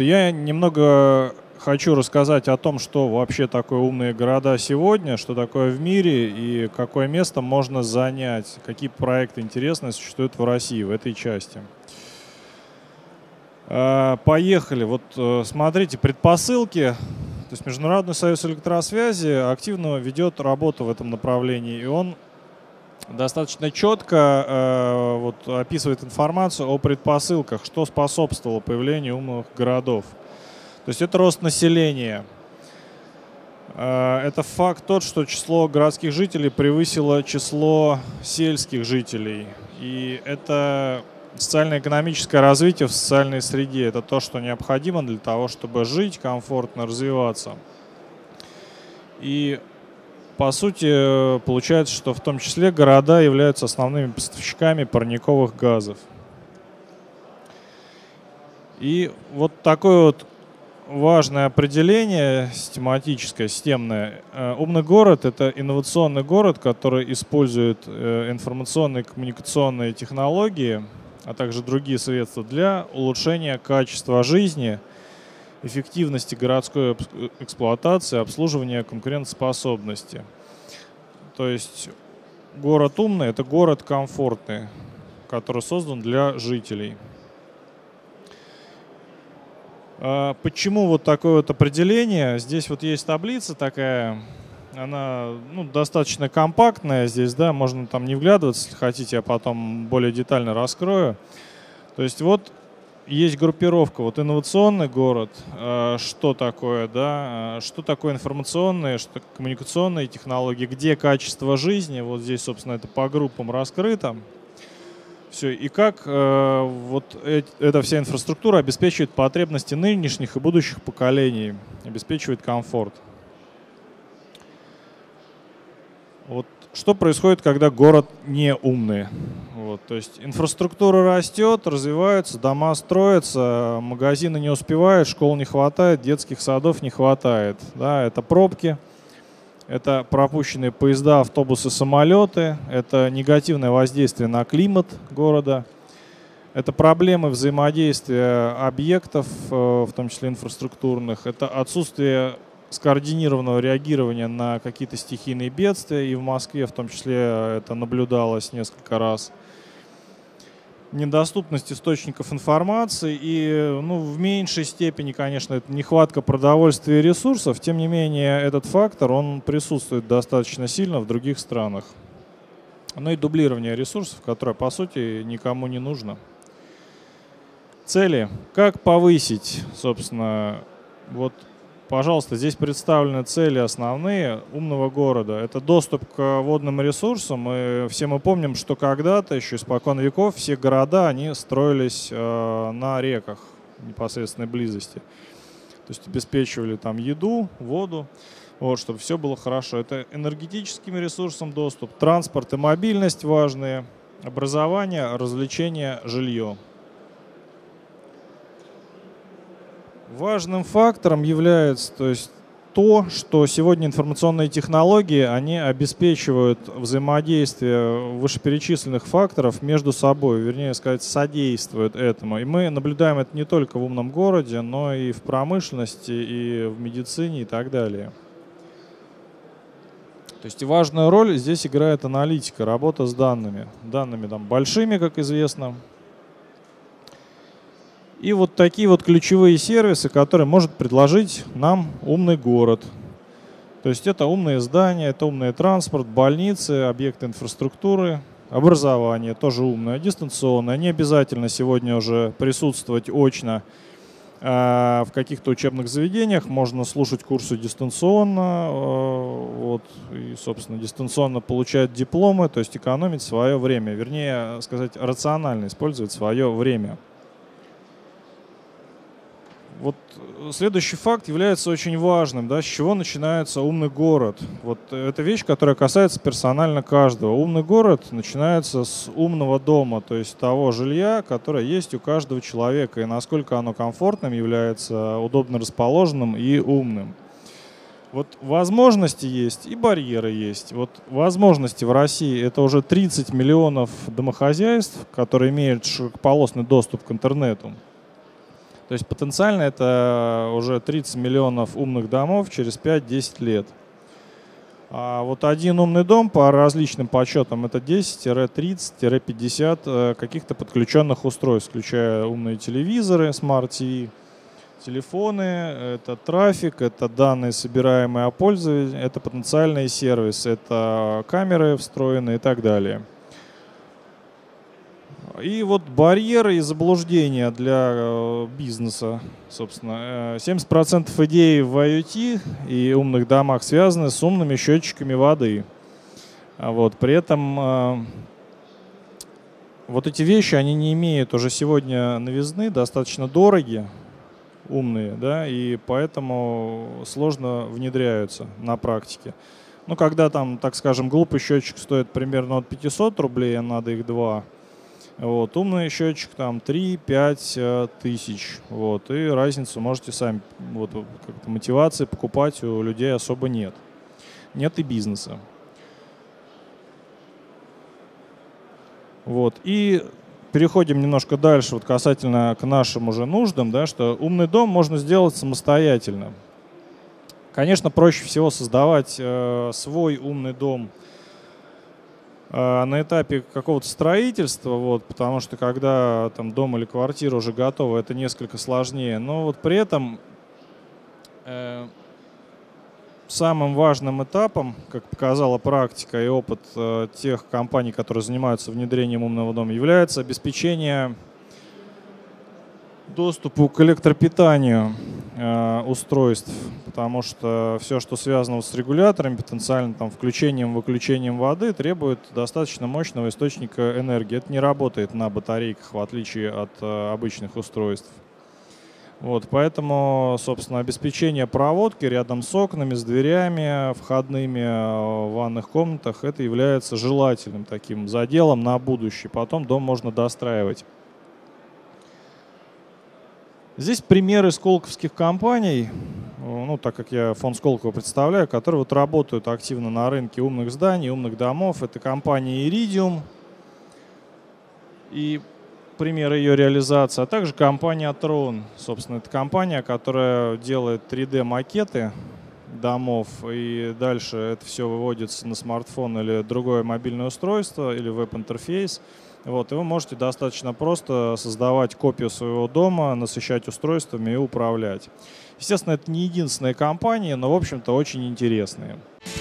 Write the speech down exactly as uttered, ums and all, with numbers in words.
что я немного хочу рассказать о том, что вообще такое умные города сегодня, что такое в мире и какое место можно занять, какие проекты интересные существуют в России в этой части. Поехали. Вот смотрите, предпосылки. То есть Международный союз электросвязи активно ведет работу в этом направлении, и он достаточно четко э, вот, описывает информацию о предпосылках, что способствовало появлению умных городов. То есть это рост населения. Э, это факт тот, что число городских жителей превысило число сельских жителей. И это социально-экономическое развитие в социальной среде. Это то, что необходимо для того, чтобы жить комфортно, развиваться. И по сути, получается, что в том числе города являются основными поставщиками парниковых газов. И вот такое вот важное определение систематическое, системное. Умный город — это инновационный город, который использует информационные и коммуникационные технологии, а также другие средства для улучшения качества жизни, эффективности городской эксплуатации, обслуживания конкурентоспособности. То есть город умный — это город комфортный, который создан для жителей. Почему вот такое вот определение? Здесь вот есть таблица такая, она ну, достаточно компактная здесь, да, можно там не вглядываться, если хотите, я потом более детально раскрою. То есть вот есть группировка, вот инновационный город, э, что такое, да, что такое информационные, что коммуникационные технологии, где качество жизни, вот здесь, собственно, это по группам раскрыто. Все, и как э, вот э, эта вся инфраструктура обеспечивает потребности нынешних и будущих поколений, обеспечивает комфорт. Вот что происходит, когда город не умный? Вот, то есть инфраструктура растет, развивается, дома строятся, магазины не успевают, школ не хватает, детских садов не хватает. Да, это пробки, это пропущенные поезда, автобусы, самолеты, это негативное воздействие на климат города, это проблемы взаимодействия объектов, в том числе инфраструктурных, это отсутствие скоординированного реагирования на какие-то стихийные бедствия, и в Москве в том числе это наблюдалось несколько раз. Недоступность источников информации и ну, в меньшей степени, конечно, это нехватка продовольствия и ресурсов, тем не менее этот фактор, он присутствует достаточно сильно в других странах. Ну и дублирование ресурсов, которое по сути никому не нужно. Цели. Как повысить, собственно, вот пожалуйста, здесь представлены цели основные умного города. Это доступ к водным ресурсам. И все мы помним, что когда-то, еще испокон веков, все города, они строились э, на реках непосредственной близости. То есть обеспечивали там еду, воду, вот, чтобы все было хорошо. Это энергетическим ресурсам доступ, транспорт и мобильность важные, образование, развлечения, жилье. Важным фактором является то, есть, то, что сегодня информационные технологии, они обеспечивают взаимодействие вышеперечисленных факторов между собой, вернее сказать, содействуют этому. И мы наблюдаем это не только в умном городе, но и в промышленности, и в медицине и так далее. То есть важную роль здесь играет аналитика, работа с данными. Данными там большими, как известно. И вот такие вот ключевые сервисы, которые может предложить нам умный город. То есть это умные здания, это умный транспорт, больницы, объекты инфраструктуры, образование тоже умное, дистанционное. Не обязательно сегодня уже присутствовать очно э, в каких-то учебных заведениях. Можно слушать курсы дистанционно, э, вот, и, собственно, дистанционно получать дипломы, то есть экономить свое время. Вернее, сказать, рационально использовать свое время. Вот следующий факт является очень важным, да, с чего начинается умный город. Вот это вещь, которая касается персонально каждого. Умный город начинается с умного дома, то есть того жилья, которое есть у каждого человека, и насколько оно комфортным является, удобно расположенным и умным. Вот возможности есть и барьеры есть. Вот возможности в России — это уже тридцать миллионов домохозяйств, которые имеют широкополосный доступ к интернету. То То есть потенциально это уже тридцать миллионов умных домов через пять-десять лет. А вот один умный дом по различным подсчетам это десять-тридцать-пятьдесят каких-то подключенных устройств, включая умные телевизоры, смарт-ти ви, телефоны, это трафик, это данные, собираемые о пользователе, это потенциальные сервисы, это камеры встроенные и так далее. И вот барьеры и заблуждения для бизнеса, собственно. семьдесят процентов идей в IoT и умных домах связаны с умными счетчиками воды. Вот. При этом вот эти вещи, они не имеют уже сегодня новизны, достаточно дороги, умные, да, и поэтому сложно внедряются на практике. Ну, когда там, так скажем, глупый счетчик стоит примерно от пятисот рублей, а надо их два. Вот, умный счетчик там три-пять тысяч. Вот, и разницу можете сами, вот, как-то мотивации покупать у людей особо нет. Нет и бизнеса. Вот, и переходим немножко дальше, вот касательно к нашим уже нуждам, да, что умный дом можно сделать самостоятельно. Конечно, проще всего создавать э, свой умный дом на этапе какого-то строительства, вот, потому что когда там дом или квартира уже готова, это несколько сложнее. Но вот при этом э, самым важным этапом, как показала практика и опыт э, тех компаний, которые занимаются внедрением умного дома, является обеспечение доступу к электропитанию э, устройств, потому что все, что связано с регуляторами, потенциально там, включением, выключением воды, требует достаточно мощного источника энергии. Это не работает на батарейках, в отличие от э, обычных устройств. Вот, поэтому, собственно, обеспечение проводки рядом с окнами, с дверями, входными в ванных комнатах, это является желательным таким заделом на будущее. Потом дом можно достраивать. Здесь примеры сколковских компаний, ну, так как я фонд Сколково представляю, которые вот работают активно на рынке умных зданий, умных домов. Это компания Iridium и примеры ее реализации, а также компания Tron. Собственно, это компания, которая делает три дэ макеты домов, и дальше это все выводится на смартфон или другое мобильное устройство, или веб-интерфейс. Вот, и вы можете достаточно просто создавать копию своего дома, насыщать устройствами и управлять. Естественно, это не единственная компания, но, в общем-то, очень интересные.